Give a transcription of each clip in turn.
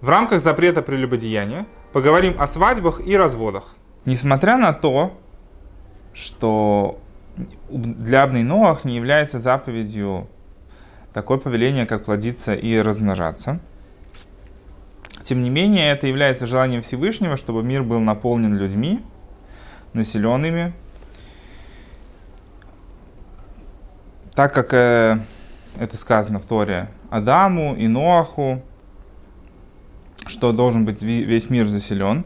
В рамках запрета прелюбодеяния поговорим о свадьбах и разводах. Несмотря на то, что для Бней Ноах не является заповедью такое повеление, как плодиться и размножаться, тем не менее, это является желанием Всевышнего, чтобы мир был наполнен людьми, населенными, так как это сказано в Торе Адаму и Ноаху, что должен быть весь мир заселен.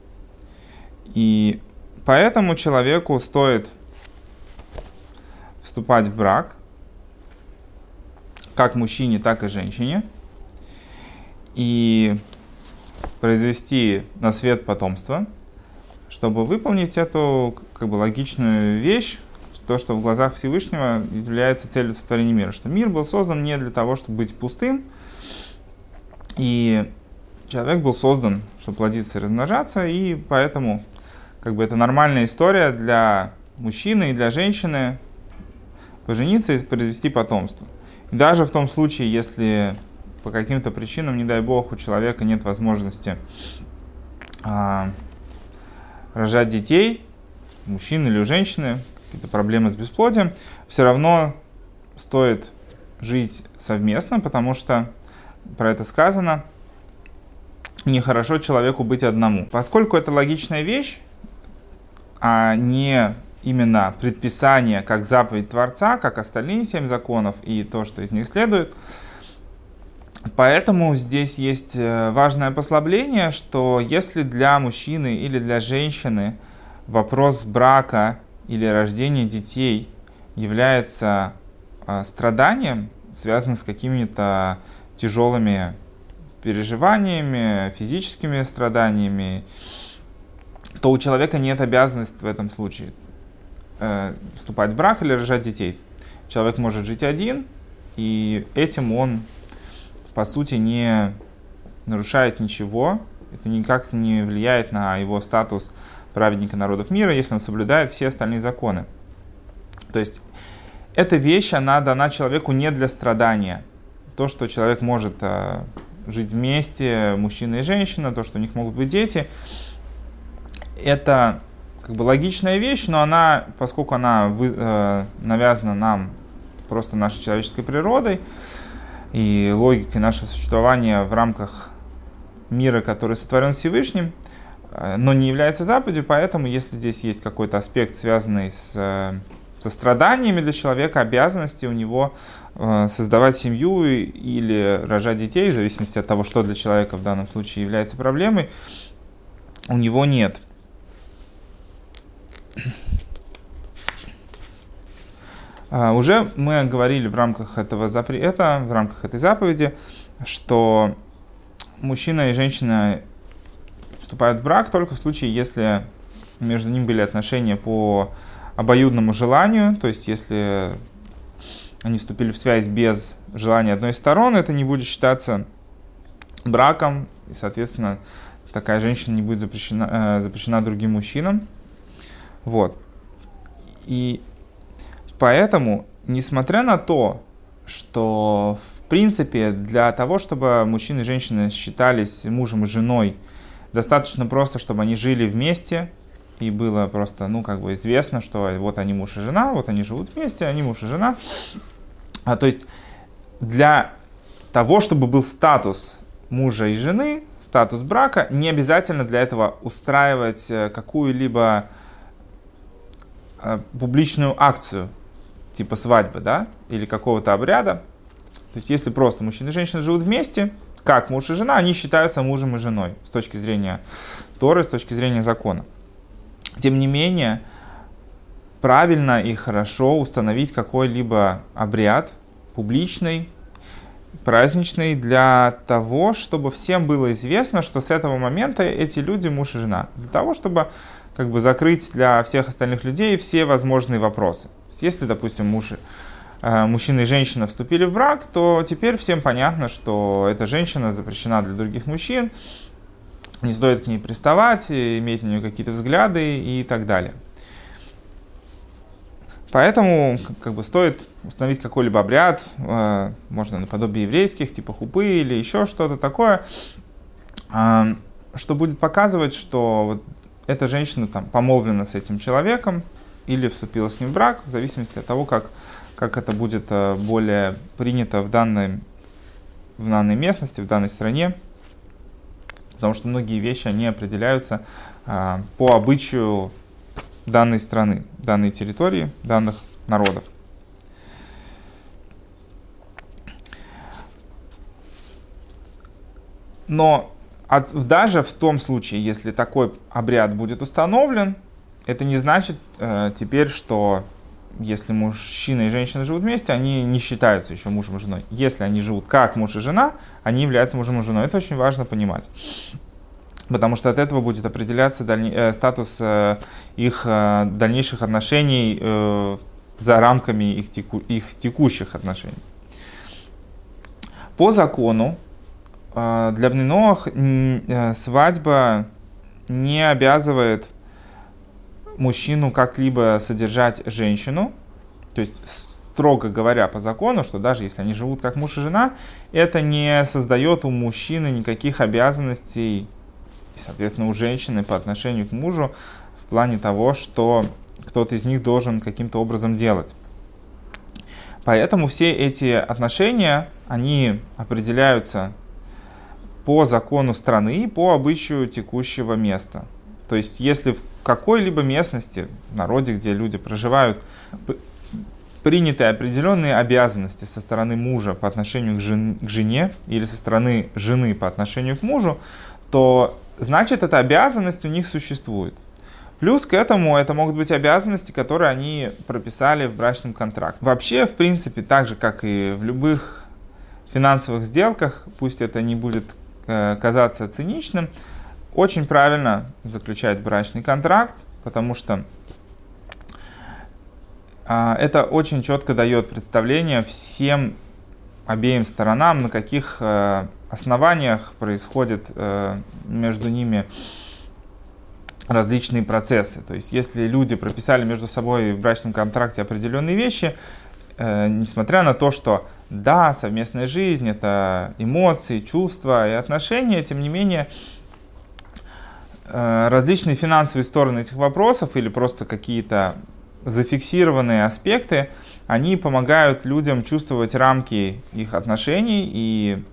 И поэтому человеку стоит вступать в брак, как мужчине, так и женщине, и произвести на свет потомство, чтобы выполнить эту логичную вещь, то, что в глазах Всевышнего является целью сотворения мира, что мир был создан не для того, чтобы быть пустым, и человек был создан, чтобы плодиться и размножаться, и поэтому это нормальная история для мужчины и для женщины пожениться и произвести потомство. И даже в том случае, если по каким-то причинам, не дай бог, у человека нет возможности рожать детей, мужчины или у женщины, какие-то проблемы с бесплодием, все равно стоит жить совместно, потому что про это сказано, нехорошо человеку быть одному. Поскольку это логичная вещь, а не именно предписание, как заповедь Творца, как остальные 7 законов и то, что из них следует, поэтому здесь есть важное послабление, что если для мужчины или для женщины вопрос брака или рождения детей является страданием, связанным с какими-то тяжелыми переживаниями, физическими страданиями, то у человека нет обязанности в этом случае вступать в брак или рожать детей. Человек может жить один, и этим он, по сути, не нарушает ничего. Это никак не влияет на его статус праведника народов мира, если он соблюдает все остальные законы. То есть, эта вещь, она дана человеку не для страдания. То, что человек может жить вместе, мужчина и женщина, то, что у них могут быть дети, это логичная вещь, но она, поскольку она навязана нам просто нашей человеческой природой и логикой нашего существования в рамках мира, который сотворен Всевышним, но не является заповедью, поэтому если здесь есть какой-то аспект, связанный со страданиями для человека, обязанности у него создавать семью или рожать детей, в зависимости от того, что для человека в данном случае является проблемой, у него нет. Уже мы говорили в рамках этого запрета, в рамках этой заповеди, что мужчина и женщина вступают в брак только в случае, если между ними были отношения по обоюдному желанию, то есть если они вступили в связь без желания одной из сторон, это не будет считаться браком, и, соответственно, такая женщина не будет запрещена другим мужчинам. Вот. И поэтому, несмотря на то, что, в принципе, для того, чтобы мужчина и женщина считались мужем и женой, достаточно просто, чтобы они жили вместе, и было просто, известно, что вот они муж и жена, вот они живут вместе, они муж и жена. То есть, для того, чтобы был статус мужа и жены, статус брака, не обязательно для этого устраивать какую-либо публичную акцию, типа свадьбы, да, или какого-то обряда. То есть, если просто мужчина и женщина живут вместе, как муж и жена, они считаются мужем и женой с точки зрения Торы, с точки зрения закона. Тем не менее, правильно и хорошо установить какой-либо обряд публичный, праздничный, для того, чтобы всем было известно, что с этого момента эти люди муж и жена. Для того, чтобы закрыть для всех остальных людей все возможные вопросы. Если, допустим, мужчина и женщина вступили в брак, то теперь всем понятно, что эта женщина запрещена для других мужчин, не стоит к ней приставать, иметь на нее какие-то взгляды и так далее. Поэтому стоит установить какой-либо обряд, можно наподобие еврейских, типа хупы или еще что-то такое, что будет показывать, что вот эта женщина там помолвлена с этим человеком или вступила с ним в брак, в зависимости от того, как это будет более принято в данной местности, в данной стране. Потому что многие вещи, они определяются по обычаю данной страны, данной территории, данных народов. Но даже в том случае, если такой обряд будет установлен, это не значит теперь, что если мужчина и женщина живут вместе, они не считаются еще мужем и женой. Если они живут как муж и жена, они являются мужем и женой. Это очень важно понимать. Потому что от этого будет определяться статус их дальнейших отношений за рамками их текущих отношений. По закону для Бней Ноах свадьба не обязывает мужчину как-либо содержать женщину. То есть, строго говоря, по закону, что даже если они живут как муж и жена, это не создает у мужчины никаких обязанностей, и, соответственно, у женщины по отношению к мужу в плане того, что кто-то из них должен каким-то образом делать. Поэтому все эти отношения, они определяются по закону страны и по обычаю текущего места. То есть, если в какой-либо местности, в народе, где люди проживают, приняты определенные обязанности со стороны мужа по отношению к жене или со стороны жены по отношению к мужу, то значит, эта обязанность у них существует. Плюс к этому это могут быть обязанности, которые они прописали в брачном контракте. Вообще, в принципе, так же, как и в любых финансовых сделках, пусть это не будет казаться циничным, очень правильно заключать брачный контракт, потому что это очень четко дает представление всем обеим сторонам, на каких основаниях происходят между ними различные процессы. То есть, если люди прописали между собой в брачном контракте определенные вещи, несмотря на то, что да, совместная жизнь — это эмоции, чувства и отношения, тем не менее, различные финансовые стороны этих вопросов или просто какие-то зафиксированные аспекты, они помогают людям чувствовать рамки их отношений и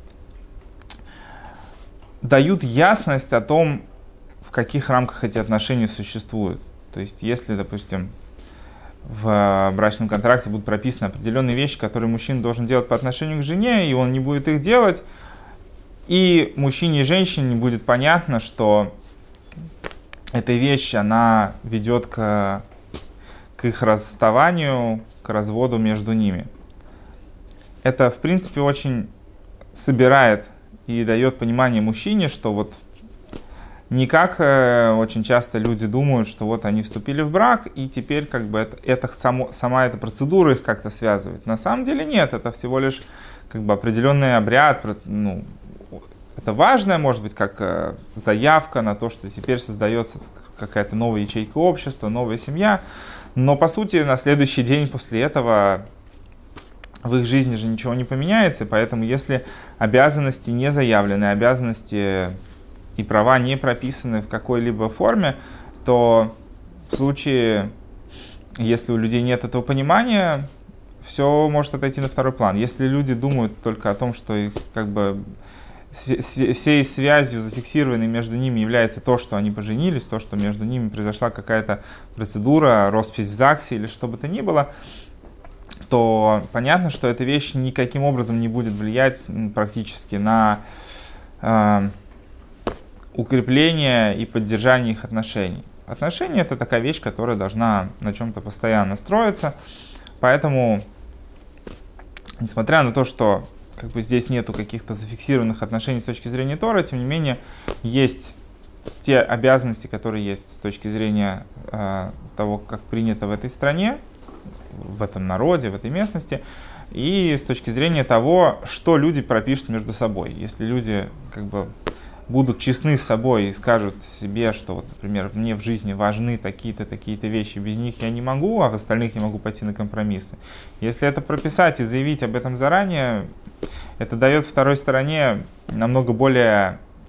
дают ясность о том, в каких рамках эти отношения существуют. То есть, если, допустим, в брачном контракте будут прописаны определенные вещи, которые мужчина должен делать по отношению к жене, и он не будет их делать, и мужчине и женщине будет понятно, что эта вещь, она ведет к их расставанию, к разводу между ними. Это, в принципе, очень собирает и дает понимание мужчине, что вот не как очень часто люди думают, что вот они вступили в брак, и теперь как бы сама эта процедура их как-то связывает. На самом деле нет, это всего лишь как бы определенный обряд, ну, это важное, может быть, как заявка на то, что теперь создается какая-то новая ячейка общества, новая семья, но по сути на следующий день после этого в их жизни же ничего не поменяется, поэтому если обязанности не заявлены, обязанности и права не прописаны в какой-либо форме, то в случае, если у людей нет этого понимания, все может отойти на второй план. Если люди думают только о том, что их как бы всей связью, зафиксированной между ними, является то, что они поженились, то, что между ними произошла какая-то процедура, роспись в ЗАГСе или что бы то ни было, то понятно, что эта вещь никаким образом не будет влиять практически на укрепление и поддержание их отношений. Отношения — это такая вещь, которая должна на чем-то постоянно строиться, поэтому, несмотря на то, что как бы здесь нету каких-то зафиксированных отношений с точки зрения Торы, тем не менее, есть те обязанности, которые есть с точки зрения того, как принято в этой стране, в этом народе, в этой местности, и с точки зрения того, что люди пропишут между собой. Если люди как бы будут честны с собой и скажут себе, что, вот, например, мне в жизни важны такие-то, такие-то вещи, без них я не могу, а в остальных я могу пойти на компромиссы. Если это прописать и заявить об этом заранее, это дает второй стороне намного более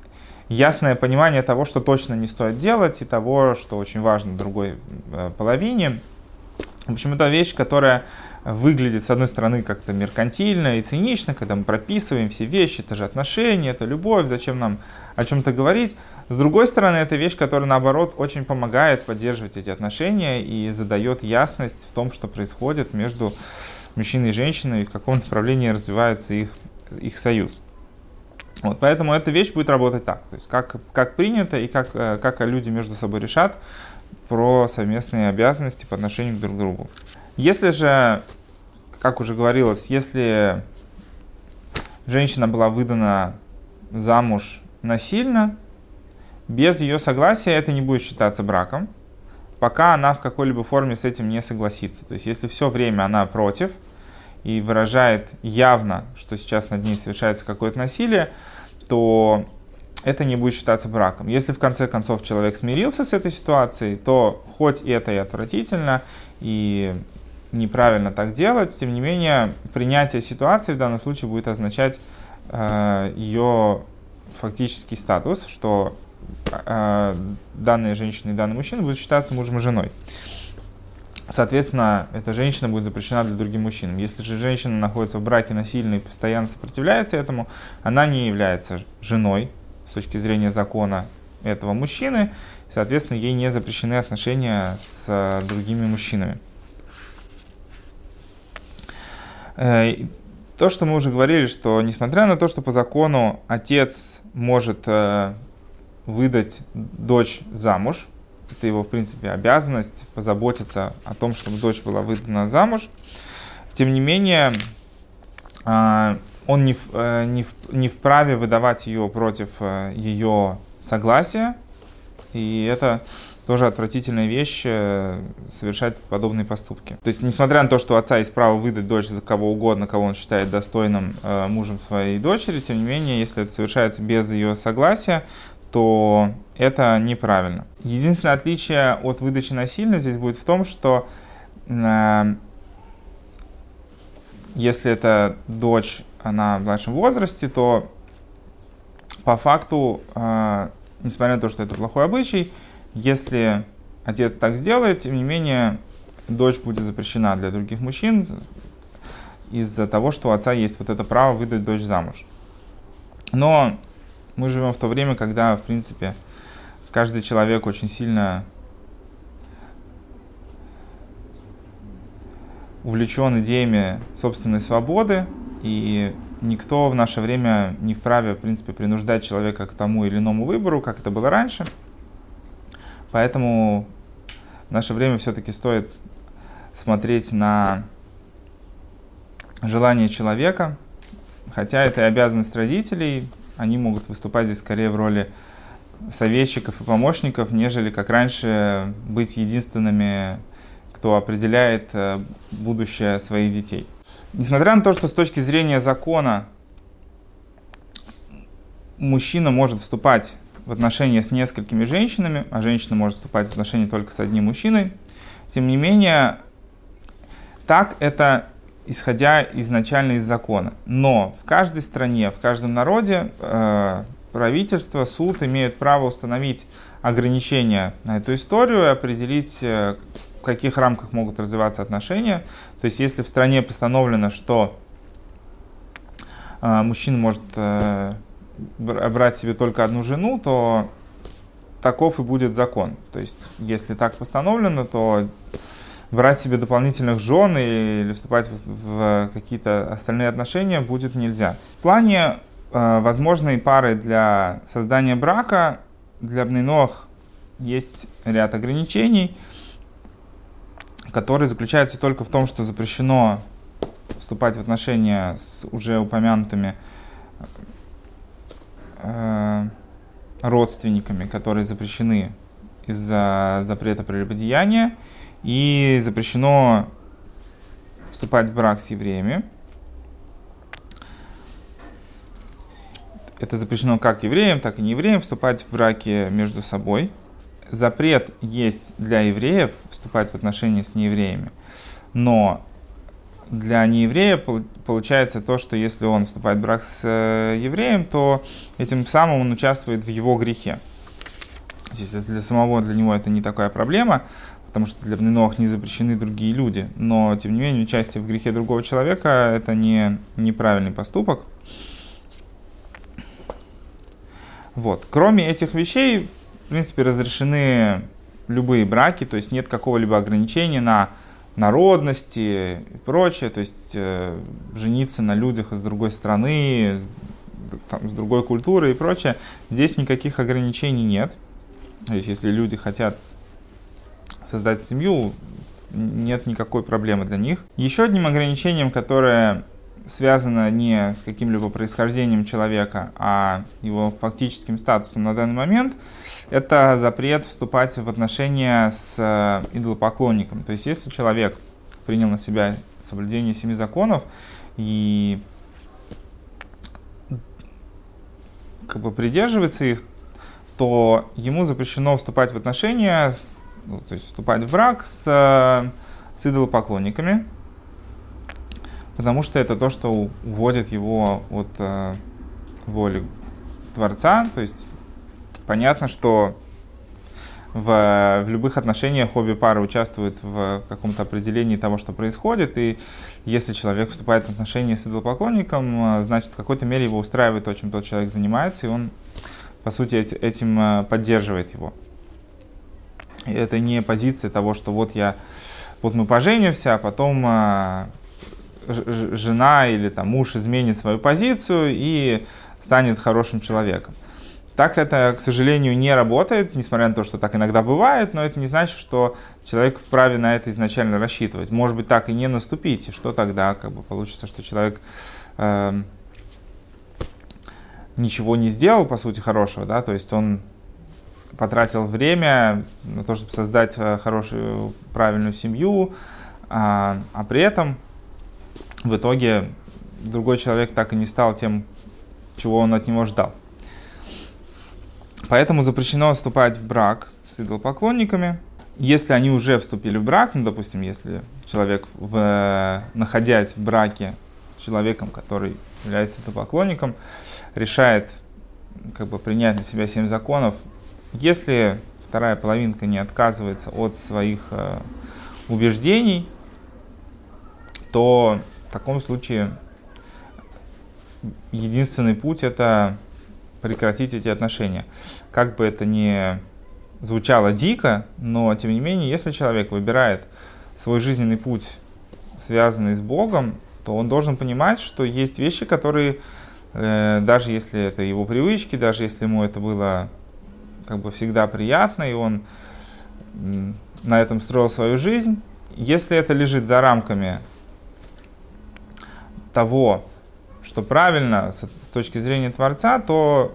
ясное понимание того, что точно не стоит делать, и того, что очень важно другой половине. В общем, это вещь, которая выглядит, с одной стороны, как-то меркантильно и цинично, когда мы прописываем все вещи, это же отношения, это любовь, зачем нам о чем-то говорить. С другой стороны, это вещь, которая, наоборот, очень помогает поддерживать эти отношения и задает ясность в том, что происходит между мужчиной и женщиной, и в каком направлении развивается их союз. Вот, поэтому эта вещь будет работать так, то есть как принято и как люди между собой решат про совместные обязанности по отношению друг к другу. Если же, как уже говорилось, если женщина была выдана замуж насильно, без ее согласия это не будет считаться браком, пока она в какой-либо форме с этим не согласится. То есть если все время она против и выражает явно, что сейчас над ней совершается какое-то насилие, то это не будет считаться браком. Если в конце концов человек смирился с этой ситуацией, то хоть это и отвратительно, и неправильно так делать, тем не менее принятие ситуации в данном случае будет означать ее фактический статус, что данная женщина и данный мужчина будут считаться мужем и женой. Соответственно, эта женщина будет запрещена для других мужчин. Если же женщина находится в браке насильно и постоянно сопротивляется этому, она не является женой с точки зрения закона этого мужчины, соответственно, ей не запрещены отношения с другими мужчинами. То, что мы уже говорили, что несмотря на то, что по закону отец может выдать дочь замуж, это его, в принципе, обязанность позаботиться о том, чтобы дочь была выдана замуж, тем не менее, он не вправе выдавать ее против ее согласия, и это тоже отвратительная вещь, совершать подобные поступки. То есть, несмотря на то, что у отца есть право выдать дочь за кого угодно, кого он считает достойным мужем своей дочери, тем не менее, если это совершается без ее согласия, то это неправильно. Единственное отличие от выдачи насильно здесь будет в том, что если это дочь, она в младшем возрасте, то по факту, несмотря на то, что это плохой обычай, если отец так сделает, тем не менее, дочь будет запрещена для других мужчин из-за того, что у отца есть вот это право выдать дочь замуж. Но мы живем в то время, когда, в принципе, каждый человек очень сильно увлечен идеями собственной свободы, и никто в наше время не вправе, в принципе, принуждать человека к тому или иному выбору, как это было раньше. Поэтому в наше время все-таки стоит смотреть на желание человека, хотя это и обязанность родителей, они могут выступать здесь скорее в роли советчиков и помощников, нежели, как раньше, быть единственными, кто определяет будущее своих детей. Несмотря на то, что с точки зрения закона мужчина может вступать в отношения с несколькими женщинами, а женщина может вступать в отношения только с одним мужчиной, тем не менее, так это исходя изначально из закона. Но в каждой стране, в каждом народе правительство, суд имеют право установить ограничения на эту историю и определить, в каких рамках могут развиваться отношения. То есть, если в стране постановлено, что мужчина может брать себе только одну жену, то таков и будет закон. То есть, если так постановлено, то брать себе дополнительных жен или вступать в какие-то остальные отношения будет нельзя. В плане возможной пары для создания брака для Бней Ноах есть ряд ограничений, которые заключаются только в том, что запрещено вступать в отношения с уже упомянутыми родственниками, которые запрещены из-за запрета прелюбодеяния, и запрещено вступать в брак с евреями. Это запрещено как евреям, так и неевреям вступать в браки между собой. Запрет есть для евреев вступать в отношения с неевреями, но для нееврея получается то, что если он вступает в брак с евреем, то этим самым он участвует в его грехе. Если для него это не такая проблема, потому что для Бней Нох не запрещены другие люди, но, тем не менее, участие в грехе другого человека – это неправильный поступок. Вот. Кроме этих вещей, в принципе, разрешены любые браки, то есть нет какого-либо ограничения на народности и прочее, то есть жениться на людях из другой страны, с другой культуры и прочее. Здесь никаких ограничений нет. То есть если люди хотят создать семью, нет никакой проблемы для них. Еще одним ограничением, которое связано не с каким-либо происхождением человека, а его фактическим статусом на данный момент, это запрет вступать в отношения с идолопоклонником. То есть если человек принял на себя соблюдение 7 законов и придерживается их, то ему запрещено вступать в отношения, то есть вступать в брак с идолопоклонниками, потому что это то, что уводит его от воли Творца. То есть понятно, что в любых отношениях обе пары участвуют в каком-то определении того, что происходит, и если человек вступает в отношения с идолопоклонником, значит, в какой-то мере его устраивает то, чем тот человек занимается, и он, по сути, этим поддерживает его. И это не позиция того, что вот мы поженимся, а потом жена или там, муж изменит свою позицию и станет хорошим человеком. Так это, к сожалению, не работает, несмотря на то, что так иногда бывает, но это не значит, что человек вправе на это изначально рассчитывать. Может быть, так и не наступить, и что тогда получится, что человек ничего не сделал, по сути, хорошего, да, то есть он потратил время на то, чтобы создать хорошую, правильную семью, а при этом в итоге другой человек так и не стал тем, чего он от него ждал. Поэтому запрещено вступать в брак с идолопоклонниками. Если они уже вступили в брак, допустим, если человек, находясь в браке с человеком, который является идолопоклонником, решает принять на себя 7 законов, если вторая половинка не отказывается от своих убеждений, то в таком случае единственный путь – это прекратить эти отношения. Как бы это ни звучало дико, но тем не менее, если человек выбирает свой жизненный путь, связанный с Богом, то он должен понимать, что есть вещи, которые, даже если это его привычки, даже если ему это было всегда приятно, и он на этом строил свою жизнь, если это лежит за рамками того, что правильно с точки зрения Творца, то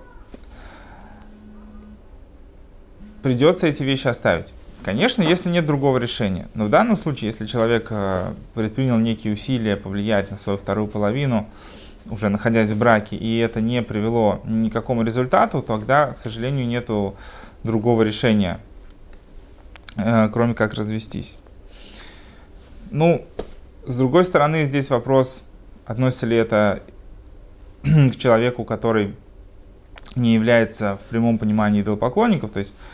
придется эти вещи оставить. Конечно, если нет другого решения. Но в данном случае, если человек предпринял некие усилия повлиять на свою вторую половину, уже находясь в браке, и это не привело ни к какому результату, то тогда, к сожалению, нету другого решения, кроме как развестись. С другой стороны, здесь вопрос, относится ли это к человеку, который не является в прямом понимании идолопоклонников. То есть,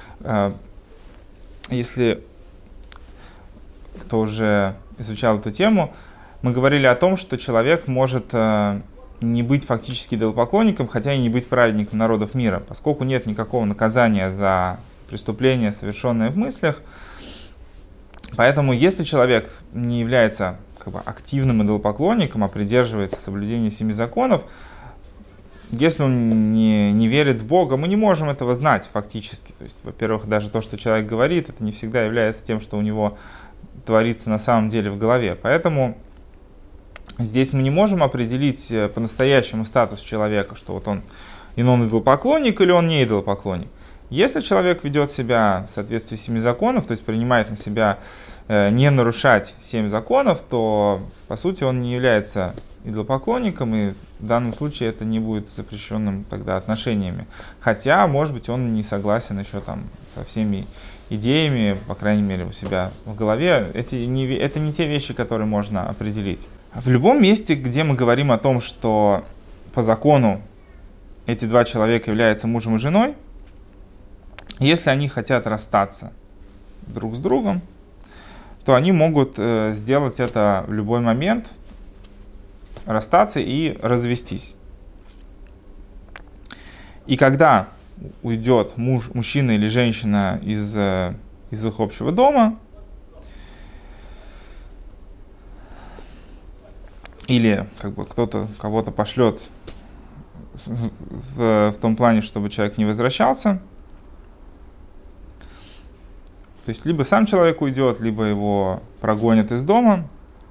если кто уже изучал эту тему, мы говорили о том, что человек может не быть фактически идолопоклонником, хотя и не быть праведником народов мира, поскольку нет никакого наказания за преступление, совершенное в мыслях. Поэтому, если человек не является активным идолопоклонником, а придерживается соблюдения 7 законов, если он не верит в Бога, мы не можем этого знать фактически. То есть, во-первых, даже то, что человек говорит, это не всегда является тем, что у него творится на самом деле в голове. Поэтому здесь мы не можем определить по-настоящему статус человека, что вот он идолопоклонник или он не идолопоклонник. Если человек ведет себя в соответствии с 7 законов, то есть принимает на себя не нарушать 7 законов, то, по сути, он не является идолопоклонником, и в данном случае это не будет запрещенным тогда отношениями. Хотя, может быть, он не согласен еще со всеми идеями, по крайней мере, у себя в голове. Это не те вещи, которые можно определить. В любом месте, где мы говорим о том, что по закону эти два человека являются мужем и женой, если они хотят расстаться друг с другом, то они могут сделать это в любой момент, расстаться и развестись. И когда уйдет мужчина или женщина из их общего дома, или кто-то кого-то пошлет в том плане, чтобы человек не возвращался, то есть либо сам человек уйдет, либо его прогонят из дома,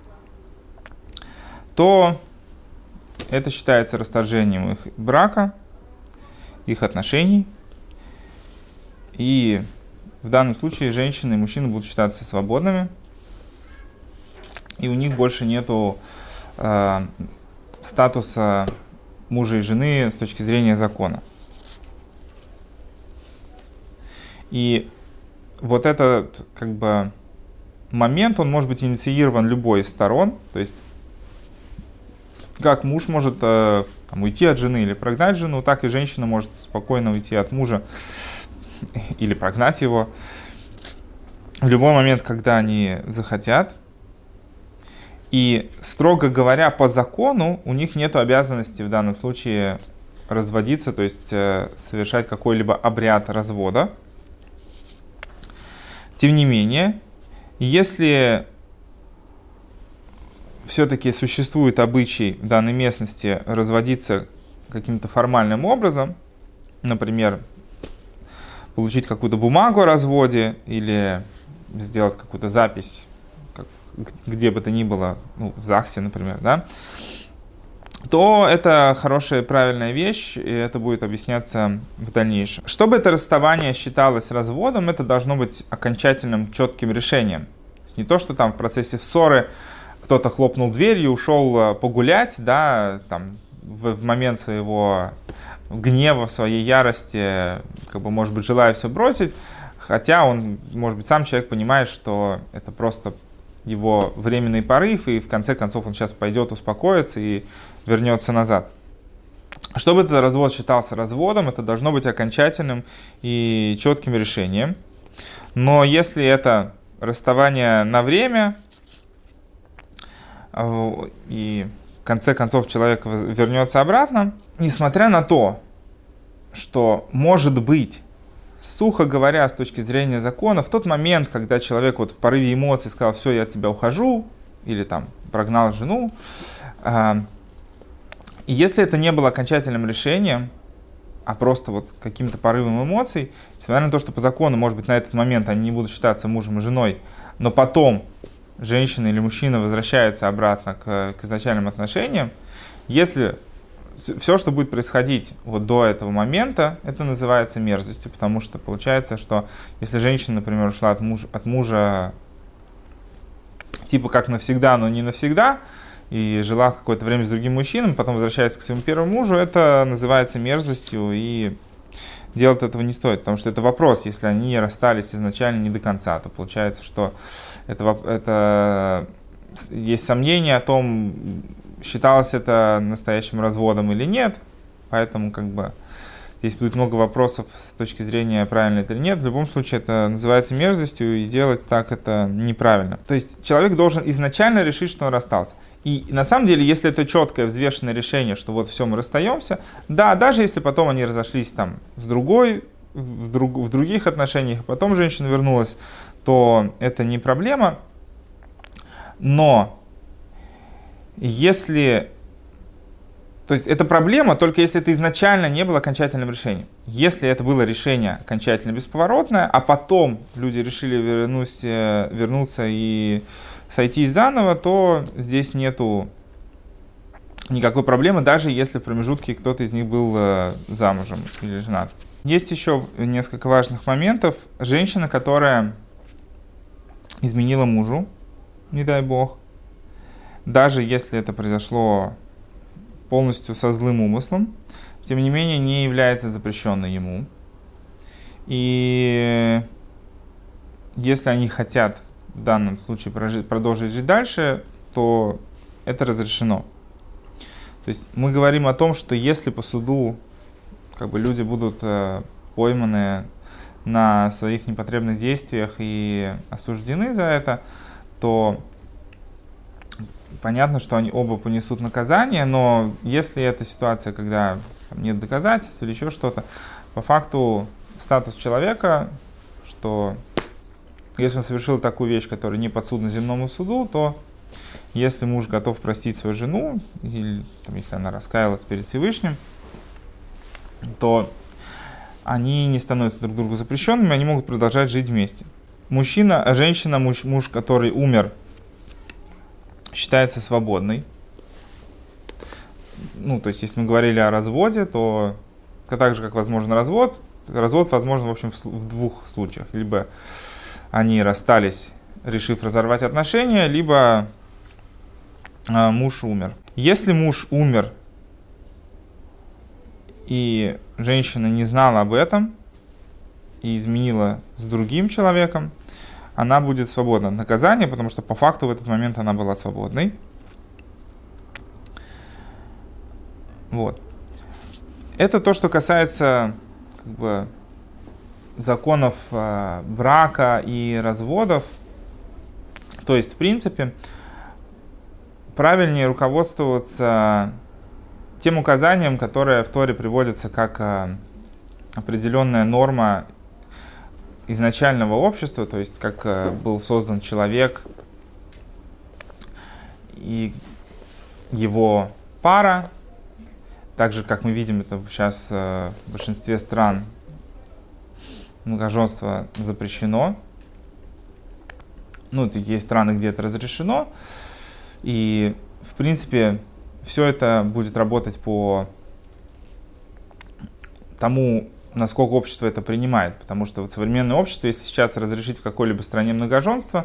то это считается расторжением их брака, их отношений. И в данном случае женщины и мужчины будут считаться свободными, и у них больше нету статуса мужа и жены с точки зрения закона. И вот этот момент, он может быть инициирован любой из сторон, то есть как муж может уйти от жены или прогнать жену, так и женщина может спокойно уйти от мужа или прогнать его в любой момент, когда они захотят. И, строго говоря, по закону у них нет обязанности в данном случае разводиться, то есть совершать какой-либо обряд развода. Тем не менее, если все-таки существует обычай в данной местности разводиться каким-то формальным образом, например, получить какую-то бумагу о разводе или сделать какую-то запись, где бы то ни было, в ЗАГСе, например, да, то это хорошая и правильная вещь, и это будет объясняться в дальнейшем. Чтобы это расставание считалось разводом, это должно быть окончательным, четким решением. То есть не то, что там в процессе ссоры кто-то хлопнул дверью, ушел погулять, да, там, в момент своего гнева, своей ярости, может быть, желая все бросить, хотя он, может быть, сам человек понимает, что это просто его временный порыв, и в конце концов он сейчас пойдет, успокоится и вернется назад. Чтобы этот развод считался разводом, это должно быть окончательным и четким решением. Но если это расставание на время, и в конце концов человек вернется обратно, несмотря на то, что может быть, сухо говоря, с точки зрения закона, в тот момент, когда человек в порыве эмоций сказал: все, я от тебя ухожу, или там прогнал жену, и если это не было окончательным решением, а просто каким-то порывом эмоций, несмотря на то, что по закону, может быть, на этот момент они не будут считаться мужем и женой, но потом женщина или мужчина возвращается обратно к изначальным отношениям, если все, что будет происходить до этого момента, это называется мерзостью, потому что получается, что если женщина, например, ушла от мужа типа как навсегда, но не навсегда, и жила какое-то время с другим мужчиной, потом возвращается к своему первому мужу, это называется мерзостью, и делать этого не стоит, потому что это вопрос, если они расстались изначально не до конца, то получается, что это есть сомнения о том, считалось это настоящим разводом или нет, поэтому здесь будет много вопросов с точки зрения, правильно это или нет. В любом случае это называется мерзостью, и делать так это неправильно. То есть человек должен изначально решить, что он расстался. И на самом деле, если это четкое, взвешенное решение, что все, мы расстаемся, да, даже если потом они разошлись там с другой, в других отношениях, потом женщина вернулась, то это не проблема. Но то есть это проблема только если это изначально не было окончательным решением. Если это было решение окончательно бесповоротное, а потом люди решили вернуться и сойтись заново, то здесь нету никакой проблемы, даже если в промежутке кто-то из них был замужем или женат. Есть еще несколько важных моментов. Женщина, которая изменила мужу, не дай бог, даже если это произошло полностью со злым умыслом, тем не менее не является запрещенной ему. И если они хотят в данном случае продолжить жить дальше, то это разрешено. То есть мы говорим о том, что если по суду люди будут пойманы на своих непотребных действиях и осуждены за это, то понятно, что они оба понесут наказание, но если это ситуация, когда нет доказательств или еще что-то, по факту статус человека, что если он совершил такую вещь, которая не подсудна земному суду, то если муж готов простить свою жену, или если она раскаялась перед Всевышним, то они не становятся друг другу запрещенными, они могут продолжать жить вместе. Женщина, муж, который умер, считается свободной. То есть, если мы говорили о разводе, то так же, как возможен развод возможен, в общем, в двух случаях. Либо они расстались, решив разорвать отношения, либо муж умер. Если муж умер, и женщина не знала об этом и изменила с другим человеком, она будет свободна от наказания, потому что по факту в этот момент она была свободной. Вот. Это то, что касается законов брака и разводов. То есть, в принципе, правильнее руководствоваться тем указанием, которое в Торе приводится как определенная норма изначального общества, то есть как был создан человек и его пара. Так же, как мы видим, это сейчас в большинстве стран многоженство запрещено. Есть страны, где это разрешено. И, в принципе, все это будет работать по тому, насколько общество это принимает. Потому что в современное общество, если сейчас разрешить в какой-либо стране многоженство,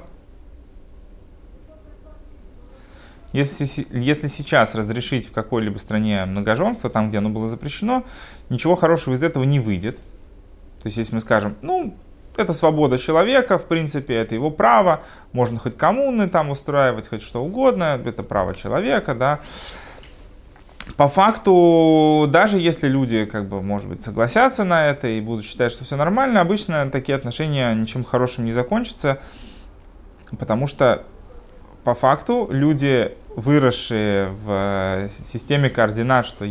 если сейчас разрешить в какой-либо стране многоженство, там, где оно было запрещено, ничего хорошего из этого не выйдет. То есть, если мы скажем, это свобода человека, в принципе, это его право, можно хоть коммуны там устраивать, хоть что угодно, это право человека, да. По факту, даже если люди, может быть, согласятся на это и будут считать, что все нормально, обычно такие отношения ничем хорошим не закончатся, потому что, по факту, люди, выросшие в системе координат, что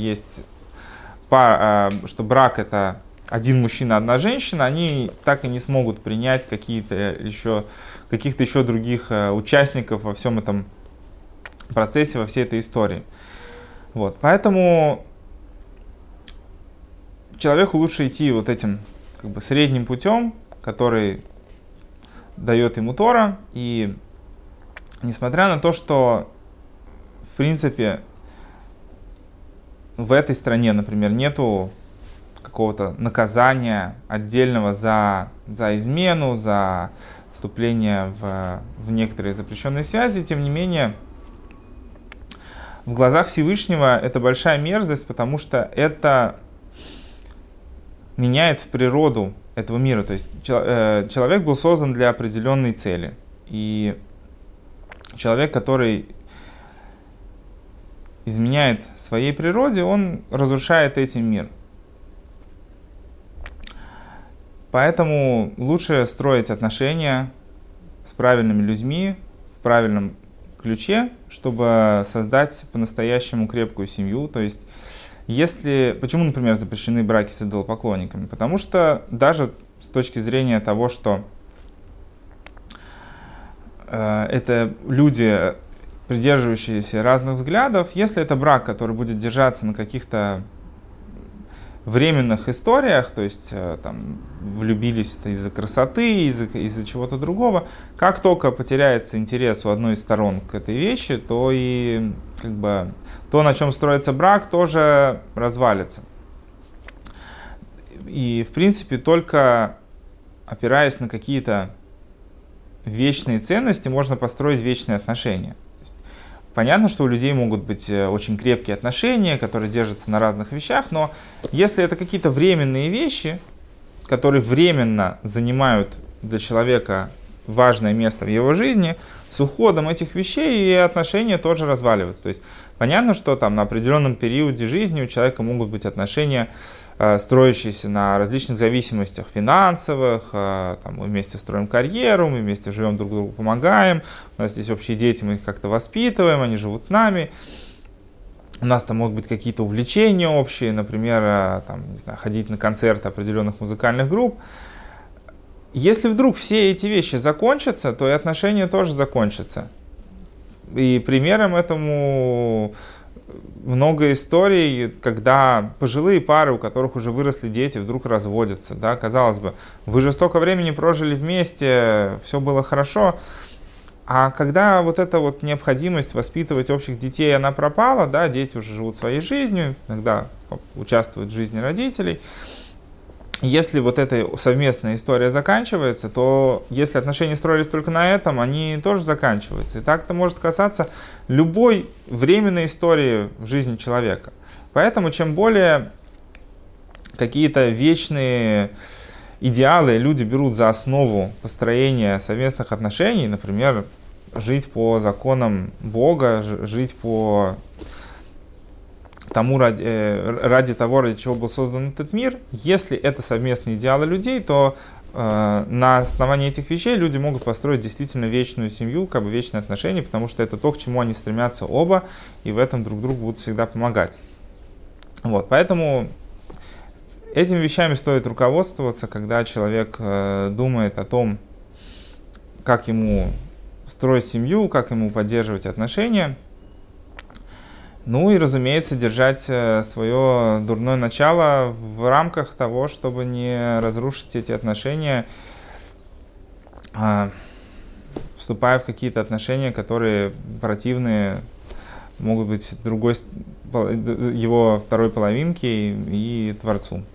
брак — это один мужчина, одна женщина, они так и не смогут принять каких-то еще других участников во всем этом процессе, во всей этой истории. Вот. Поэтому человеку лучше идти вот этим средним путем, который дает ему Тора. И несмотря на то, что в принципе в этой стране, например, нету какого-то наказания отдельного за измену, за вступление в некоторые запрещенные связи, тем не менее, в глазах Всевышнего это большая мерзость, потому что это меняет природу этого мира. То есть человек был создан для определенной цели. И человек, который изменяет своей природе, он разрушает этим мир. Поэтому лучше строить отношения с правильными людьми в правильном ключе, чтобы создать по-настоящему крепкую семью. То есть, почему, например, запрещены браки с идолопоклонниками? Потому что даже с точки зрения того, что это люди, придерживающиеся разных взглядов, если это брак, который будет держаться на каких-то временных историях, то есть влюбились из-за красоты, из-за чего-то другого, как только потеряется интерес у одной из сторон к этой вещи, то и то, на чем строится брак, тоже развалится. И в принципе только опираясь на какие-то вечные ценности, можно построить вечные отношения. Понятно, что у людей могут быть очень крепкие отношения, которые держатся на разных вещах, но если это какие-то временные вещи, которые временно занимают для человека важное место в его жизни, с уходом этих вещей и отношения тоже разваливаются. То есть понятно, что там на определенном периоде жизни у человека могут быть отношения, строящиеся на различных зависимостях финансовых, там, мы вместе строим карьеру, мы вместе живем, друг другу помогаем, у нас здесь общие дети, мы их как-то воспитываем, они живут с нами. У нас там могут быть какие-то увлечения общие, например, там, не знаю, ходить на концерты определенных музыкальных групп. Если вдруг все эти вещи закончатся, то и отношения тоже закончатся. И примером этому много историй, когда пожилые пары, у которых уже выросли дети, вдруг разводятся. Да? Казалось бы, вы же столько времени прожили вместе, все было хорошо. А когда вот эта вот необходимость воспитывать общих детей, она пропала, да, дети уже живут своей жизнью, иногда участвуют в жизни родителей. Если вот эта совместная история заканчивается, то если отношения строились только на этом, они тоже заканчиваются. И так это может касаться любой временной истории в жизни человека. Поэтому чем более какие-то вечные идеалы люди берут за основу построения совместных отношений, например, жить по законам Бога, жить по тому, ради того, ради чего был создан этот мир. Если это совместные идеалы людей, то на основании этих вещей люди могут построить действительно вечную семью, как бы вечные отношения, потому что это то, к чему они стремятся оба, и в этом друг другу будут всегда помогать. Вот, поэтому этими вещами стоит руководствоваться, когда человек думает о том, как ему строить семью, как ему поддерживать отношения. Ну и, разумеется, держать свое дурное начало в рамках того, чтобы не разрушить эти отношения, вступая в какие-то отношения, которые противные могут быть его второй половинке и Творцу.